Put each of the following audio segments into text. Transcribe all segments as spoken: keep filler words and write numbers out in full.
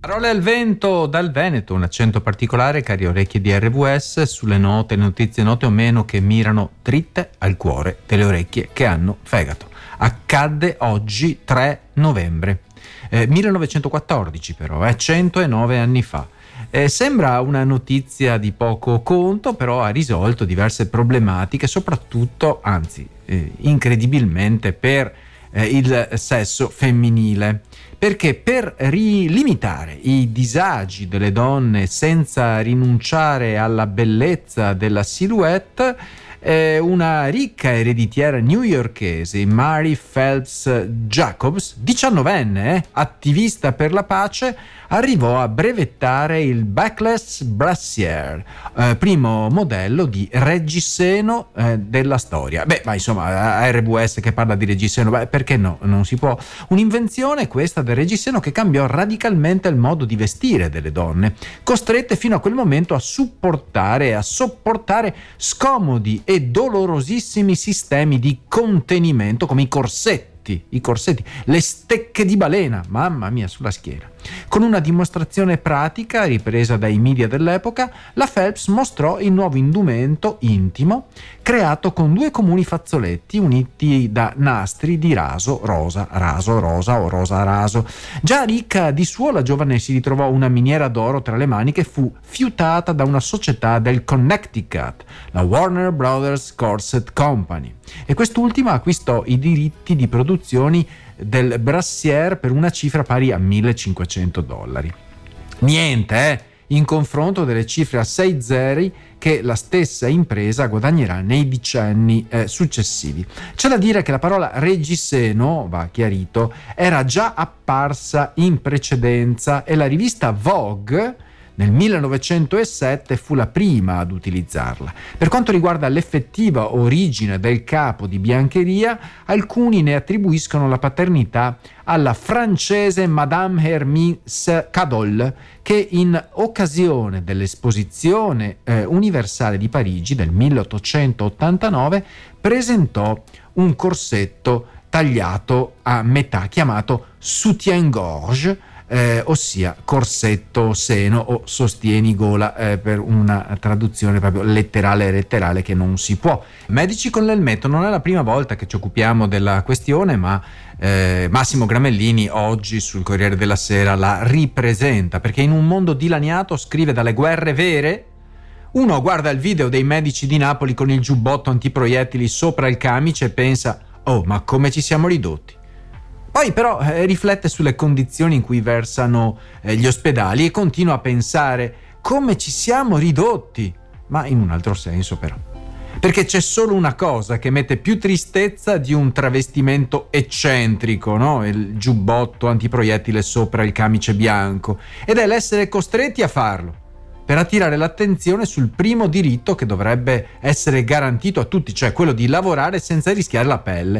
Parole al vento dal Veneto, un accento particolare, cari orecchie di R W S, sulle note, notizie note o meno che mirano dritte al cuore delle orecchie che hanno fegato. Accadde oggi tre novembre, eh, millenovecentoquattordici però, eh, centonove anni fa. Eh, sembra una notizia di poco conto, però ha risolto diverse problematiche, soprattutto, anzi, eh, incredibilmente per eh, il sesso femminile. Perché per limitare i disagi delle donne senza rinunciare alla bellezza della silhouette, eh, una ricca ereditiera newyorkese, Mary Phelps Jacobs, diciannovenne, eh, attivista per la pace, arrivò a brevettare il Backless Brassiere, eh, primo modello di reggiseno eh, della storia. Beh, ma insomma, a R W S che parla di reggiseno, beh, perché no? Non si può. Un'invenzione questa del reggiseno che cambiò radicalmente il modo di vestire delle donne, costrette fino a quel momento a supportare e a sopportare scomodi e dolorosissimi sistemi di contenimento come i corsetti. I corsetti, le stecche di balena, mamma mia, sulla schiena. Con una dimostrazione pratica ripresa dai media dell'epoca, la Phelps mostrò il nuovo indumento intimo creato con due comuni fazzoletti uniti da nastri di raso rosa, raso rosa o rosa raso. Già ricca di suo, la giovane si ritrovò una miniera d'oro tra le mani che fu fiutata da una società del Connecticut, la Warner Brothers Corset Company, e quest'ultima acquistò i diritti di produzione del brassiere per una cifra pari a millecinquecento dollari. Niente, eh, in confronto delle cifre a sei zeri che la stessa impresa guadagnerà nei decenni eh, successivi. C'è da dire che la parola reggiseno, va chiarito, era già apparsa in precedenza e la rivista Vogue nel millenovecentosette fu la prima ad utilizzarla. Per quanto riguarda l'effettiva origine del capo di biancheria, alcuni ne attribuiscono la paternità alla francese Madame Hermine Cadol, che in occasione dell'Esposizione eh, universale di Parigi del milleottocentottantanove presentò un corsetto tagliato a metà chiamato soutien-gorge, Eh, ossia corsetto seno o sostieni gola, eh, per una traduzione proprio letterale e letterale che non si può. Medici con l'elmetto, non è la prima volta che ci occupiamo della questione, ma eh, Massimo Gramellini oggi sul Corriere della Sera la ripresenta, perché in un mondo dilaniato, scrive, dalle guerre vere, uno guarda il video dei medici di Napoli con il giubbotto antiproiettili sopra il camice e pensa: oh, ma come ci siamo ridotti. Poi però eh, riflette sulle condizioni in cui versano eh, gli ospedali e continua a pensare: come ci siamo ridotti, ma in un altro senso però. Perché c'è solo una cosa che mette più tristezza di un travestimento eccentrico, no? Il giubbotto antiproiettile sopra il camice bianco, ed è l'essere costretti a farlo per attirare l'attenzione sul primo diritto che dovrebbe essere garantito a tutti, cioè quello di lavorare senza rischiare la pelle.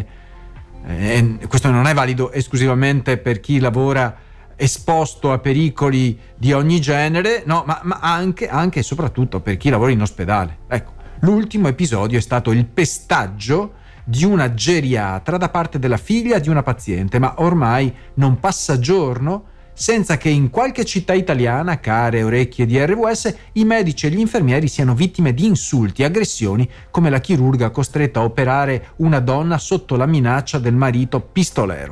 E questo non è valido esclusivamente per chi lavora esposto a pericoli di ogni genere, no, ma, ma anche, anche e soprattutto per chi lavora in ospedale. Ecco, l'ultimo episodio è stato il pestaggio di una geriatra da parte della figlia di una paziente, ma ormai non passa giorno senza che in qualche città italiana, care orecchie di R W S, i medici e gli infermieri siano vittime di insulti e aggressioni, come la chirurga costretta a operare una donna sotto la minaccia del marito pistolero.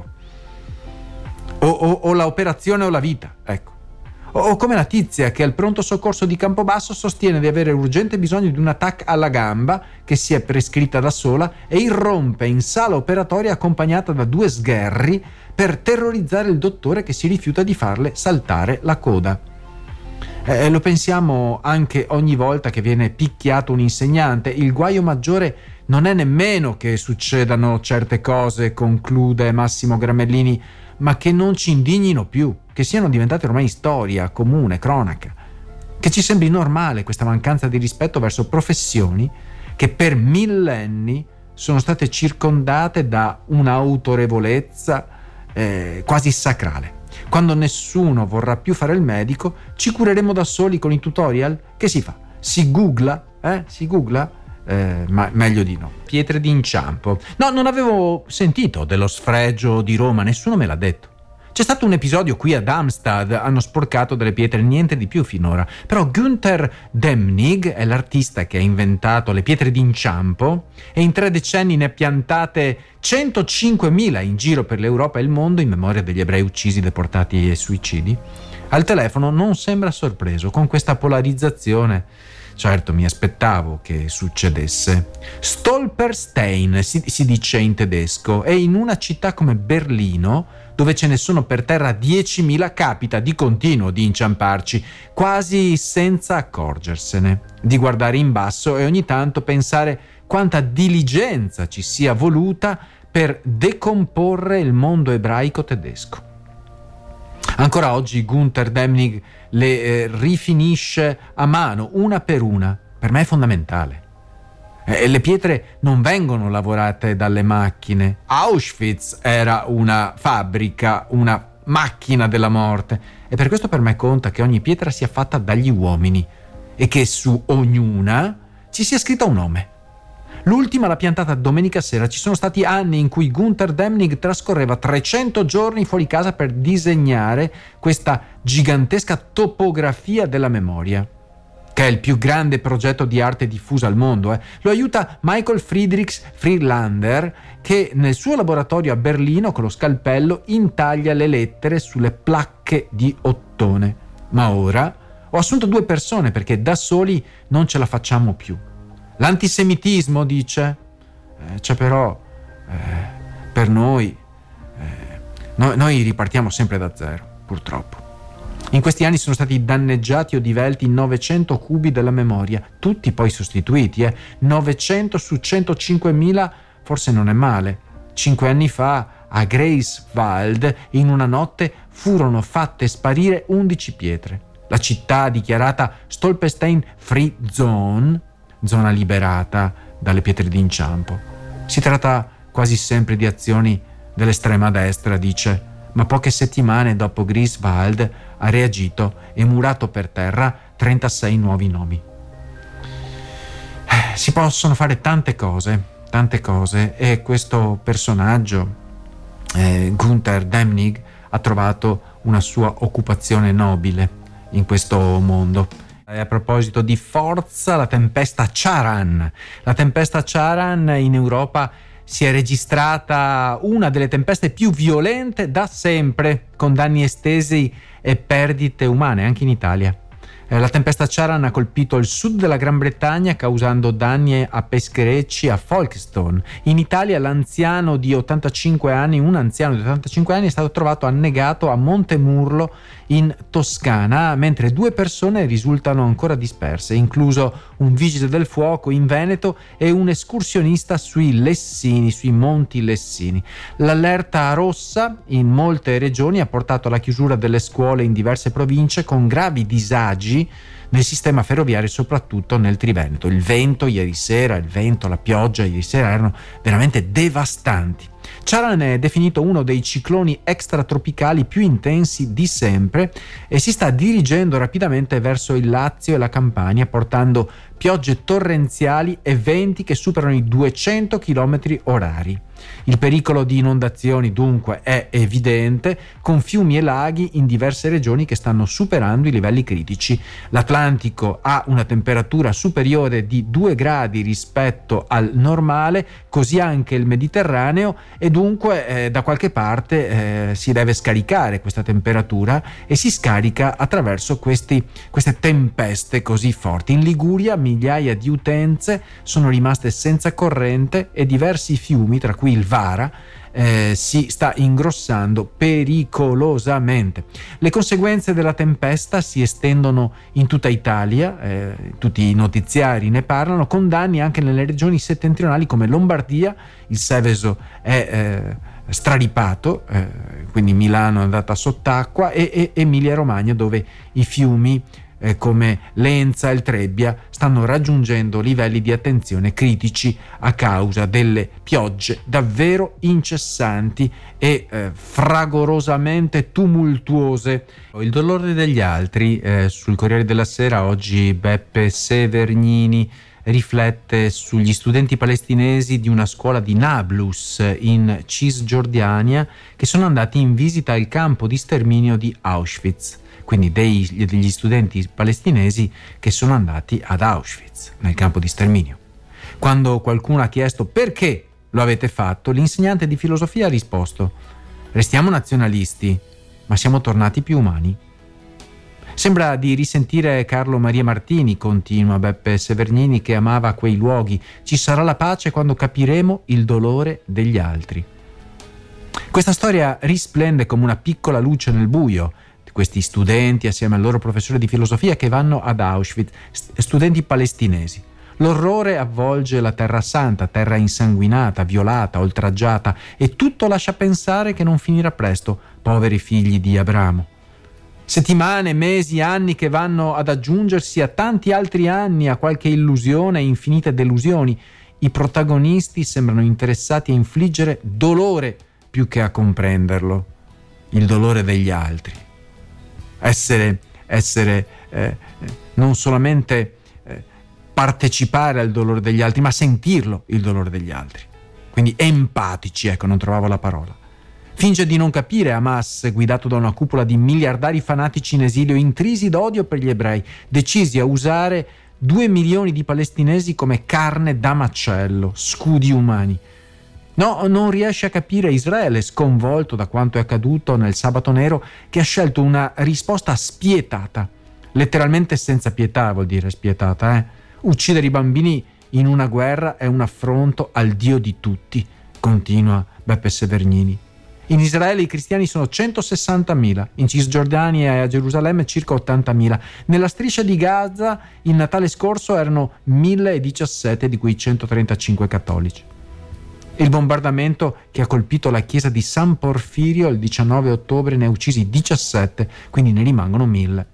O, o, o la operazione o la vita, ecco. O, o come la tizia che al pronto soccorso di Campobasso sostiene di avere urgente bisogno di una T A C alla gamba che si è prescritta da sola e irrompe in sala operatoria accompagnata da due sgherri per terrorizzare il dottore che si rifiuta di farle saltare la coda. Eh, lo pensiamo anche ogni volta che viene picchiato un insegnante. Il guaio maggiore non è nemmeno che succedano certe cose, conclude Massimo Gramellini, ma che non ci indignino più, che siano diventate ormai storia comune, cronaca, che ci sembri normale questa mancanza di rispetto verso professioni che per millenni sono state circondate da un'autorevolezza eh, quasi sacrale. Quando nessuno vorrà più fare il medico, ci cureremo da soli con i tutorial. Che si fa? Si googla? Eh? Si googla? Eh, ma meglio di no. Pietre d'inciampo. No, non avevo sentito dello sfregio di Roma, nessuno me l'ha detto. C'è stato un episodio qui ad Amstad, hanno sporcato delle pietre, niente di più finora. Però Günther Demnig è l'artista che ha inventato le pietre d'inciampo e in tre decenni ne ha piantate centocinquemila in giro per l'Europa e il mondo in memoria degli ebrei uccisi, deportati e suicidi. Al telefono non sembra sorpreso con questa polarizzazione. Certo, mi aspettavo che succedesse. Stolperstein si, si dice in tedesco, e in una città come Berlino, dove ce ne sono per terra diecimila, capita di continuo di inciamparci, quasi senza accorgersene, di guardare in basso e ogni tanto pensare quanta diligenza ci sia voluta per decomporre il mondo ebraico tedesco. Ancora oggi Günther Demnig le eh, rifinisce a mano, una per una. Per me è fondamentale. E le pietre non vengono lavorate dalle macchine. Auschwitz era una fabbrica, una macchina della morte. E per questo per me conta che ogni pietra sia fatta dagli uomini e che su ognuna ci sia scritto un nome. L'ultima l'ha piantata domenica sera. Ci sono stati anni in cui Günther Demnig trascorreva trecento giorni fuori casa per disegnare questa gigantesca topografia della memoria, che è il più grande progetto di arte diffusa al mondo. Eh. Lo aiuta Michael Friedrichs Friedlander, che nel suo laboratorio a Berlino con lo scalpello intaglia le lettere sulle placche di ottone. Ma ora ho assunto due persone perché da soli non ce la facciamo più. L'antisemitismo, dice, eh, c'è però eh, per noi, eh, noi, noi ripartiamo sempre da zero, purtroppo. In questi anni sono stati danneggiati o divelti novecento cubi della memoria, tutti poi sostituiti, eh. novecento su centocinquemila forse non è male. Cinque anni fa a Greifswald in una notte furono fatte sparire undici pietre. La città dichiarata Stolperstein Free Zone, zona liberata dalle pietre d'inciampo. Si tratta quasi sempre di azioni dell'estrema destra, dice, ma poche settimane dopo Greifswald ha reagito e murato per terra trentasei nuovi nomi. Eh, si possono fare tante cose, tante cose, e questo personaggio, eh, Günther Demnig, ha trovato una sua occupazione nobile in questo mondo. E a proposito di forza, la tempesta Charan. La tempesta Charan in Europa si è registrata una delle tempeste più violente da sempre, con danni estesi e perdite umane anche in Italia. Eh, la tempesta Charan ha colpito il sud della Gran Bretagna, causando danni a pescherecci a Folkestone. In Italia l'anziano di ottantacinque anni, un anziano di ottantacinque anni è stato trovato annegato a Montemurlo in Toscana, mentre due persone risultano ancora disperse, incluso un vigile del fuoco in Veneto e un escursionista sui Lessini, sui Monti Lessini. L'allerta rossa in molte regioni ha portato alla chiusura delle scuole in diverse province, con gravi disagi nel sistema ferroviario, soprattutto nel Triveneto. Il vento ieri sera, il vento, la pioggia ieri sera erano veramente devastanti. Charan è definito uno dei cicloni extratropicali più intensi di sempre e si sta dirigendo rapidamente verso il Lazio e la Campania, portando piogge torrenziali e venti che superano i duecento chilometri orari. Il pericolo di inondazioni dunque è evidente, con fiumi e laghi in diverse regioni che stanno superando i livelli critici. L'Atlantico ha una temperatura superiore di due gradi rispetto al normale, così anche il Mediterraneo, e dunque eh, da qualche parte eh, si deve scaricare questa temperatura, e si scarica attraverso questi, queste tempeste così forti. In Liguria migliaia di utenze sono rimaste senza corrente e diversi fiumi, tra cui il Vara, eh, si sta ingrossando pericolosamente. Le conseguenze della tempesta si estendono in tutta Italia, eh, tutti i notiziari ne parlano, con danni anche nelle regioni settentrionali come Lombardia. Il Seveso è eh, straripato, eh, quindi Milano è andata sott'acqua, e, e Emilia Romagna, dove i fiumi eh, come l'Enza e il Trebbia stanno raggiungendo livelli di attenzione critici a causa delle piogge davvero incessanti e eh, fragorosamente tumultuose. Il dolore degli altri, eh, sul Corriere della Sera oggi Beppe Severnini riflette sugli studenti palestinesi di una scuola di Nablus in Cisgiordania che sono andati in visita al campo di sterminio di Auschwitz, quindi dei, degli studenti palestinesi che sono andati ad Auschwitz, nel campo di sterminio. Quando qualcuno ha chiesto perché lo avete fatto, l'insegnante di filosofia ha risposto: restiamo nazionalisti, ma siamo tornati più umani. Sembra di risentire Carlo Maria Martini, continua Beppe Severnini, che amava quei luoghi. Ci sarà la pace quando capiremo il dolore degli altri. Questa storia risplende come una piccola luce nel buio di questi studenti assieme al loro professore di filosofia che vanno ad Auschwitz, studenti palestinesi. L'orrore avvolge la terra santa, terra insanguinata, violata, oltraggiata, e tutto lascia pensare che non finirà presto, poveri figli di Abramo. Settimane, mesi, anni che vanno ad aggiungersi a tanti altri anni, a qualche illusione e infinite delusioni. I protagonisti sembrano interessati a infliggere dolore più che a comprenderlo, il dolore degli altri. Essere, essere eh, non solamente eh, partecipare al dolore degli altri, ma sentirlo, il dolore degli altri. Quindi empatici, ecco, non trovavo la parola. Finge di non capire Hamas, guidato da una cupola di miliardari fanatici in esilio intrisi d'odio per gli ebrei, decisi a usare due milioni di palestinesi come carne da macello, scudi umani. No, non riesce a capire Israele, sconvolto da quanto è accaduto nel sabato nero, che ha scelto una risposta spietata, letteralmente senza pietà vuol dire spietata, eh? Uccidere i bambini in una guerra è un affronto al Dio di tutti, continua Beppe Severnini. In Israele i cristiani sono centosessantamila, in Cisgiordania e a Gerusalemme circa ottantamila. Nella striscia di Gaza il Natale scorso erano millediciassette, di cui centotrentacinque cattolici. Il bombardamento che ha colpito la chiesa di San Porfirio il diciannove ottobre ne ha uccisi diciassette, quindi ne rimangono mille.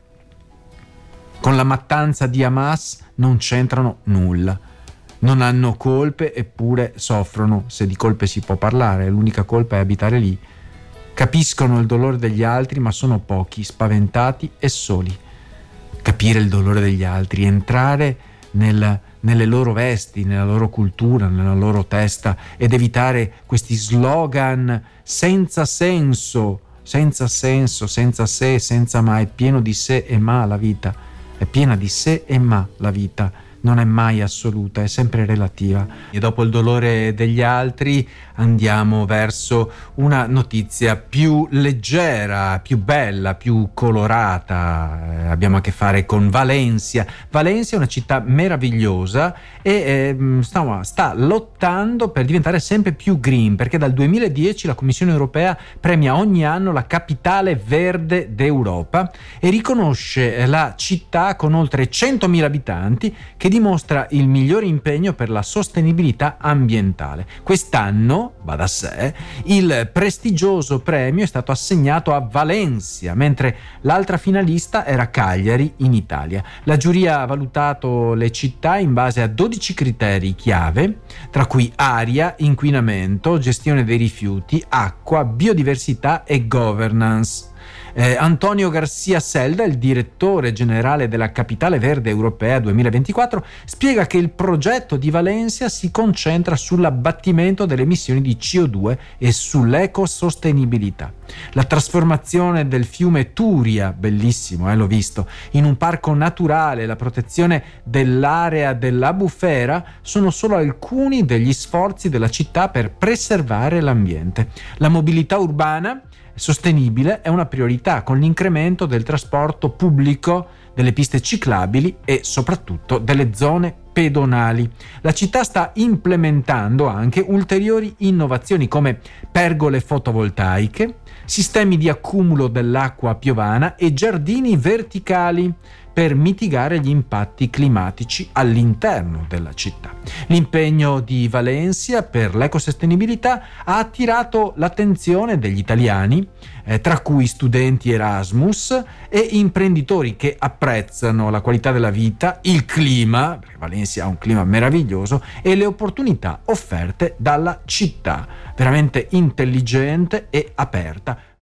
Con la mattanza di Hamas non c'entrano nulla. Non hanno colpe, eppure soffrono, se di colpe si può parlare, l'unica colpa è abitare lì. Capiscono il dolore degli altri, ma sono pochi, spaventati e soli. Capire il dolore degli altri, entrare nel, nelle loro vesti, nella loro cultura, nella loro testa, ed evitare questi slogan senza senso, senza senso, senza se, senza ma, è pieno di se e ma la vita, è piena di se e ma la vita. Non è mai assoluta, è sempre relativa. E dopo il dolore degli altri andiamo verso una notizia più leggera, più bella, più colorata. Eh, abbiamo a che fare con Valencia. Valencia è una città meravigliosa e eh, sta, sta lottando per diventare sempre più green, perché dal duemiladieci la Commissione europea premia ogni anno la capitale verde d'Europa e riconosce la città con oltre centomila abitanti che dimostra il migliore impegno per la sostenibilità ambientale. Quest'anno, va da sé, il prestigioso premio è stato assegnato a Valencia, mentre l'altra finalista era Cagliari in Italia. La giuria ha valutato le città in base a dodici criteri chiave, tra cui aria, inquinamento, gestione dei rifiuti, acqua, biodiversità e governance. Eh, Antonio Garcia Selda, il direttore generale della Capitale Verde Europea duemilaventiquattro, spiega che il progetto di Valencia si concentra sull'abbattimento delle emissioni di C O due e sull'ecosostenibilità. La trasformazione del fiume Turia, bellissimo, eh, l'ho visto, in un parco naturale, la protezione dell'area dell'Albufera sono solo alcuni degli sforzi della città per preservare l'ambiente. La mobilità urbana sostenibile è una priorità, con l'incremento del trasporto pubblico, delle piste ciclabili e soprattutto delle zone pedonali. La città sta implementando anche ulteriori innovazioni come pergole fotovoltaiche, sistemi di accumulo dell'acqua piovana e giardini verticali per mitigare gli impatti climatici all'interno della città. L'impegno di Valencia per l'ecosostenibilità ha attirato l'attenzione degli italiani, eh, tra cui studenti Erasmus e imprenditori che apprezzano la qualità della vita, il clima, perché Valencia ha un clima meraviglioso, e le opportunità offerte dalla città, veramente intelligente e aperta.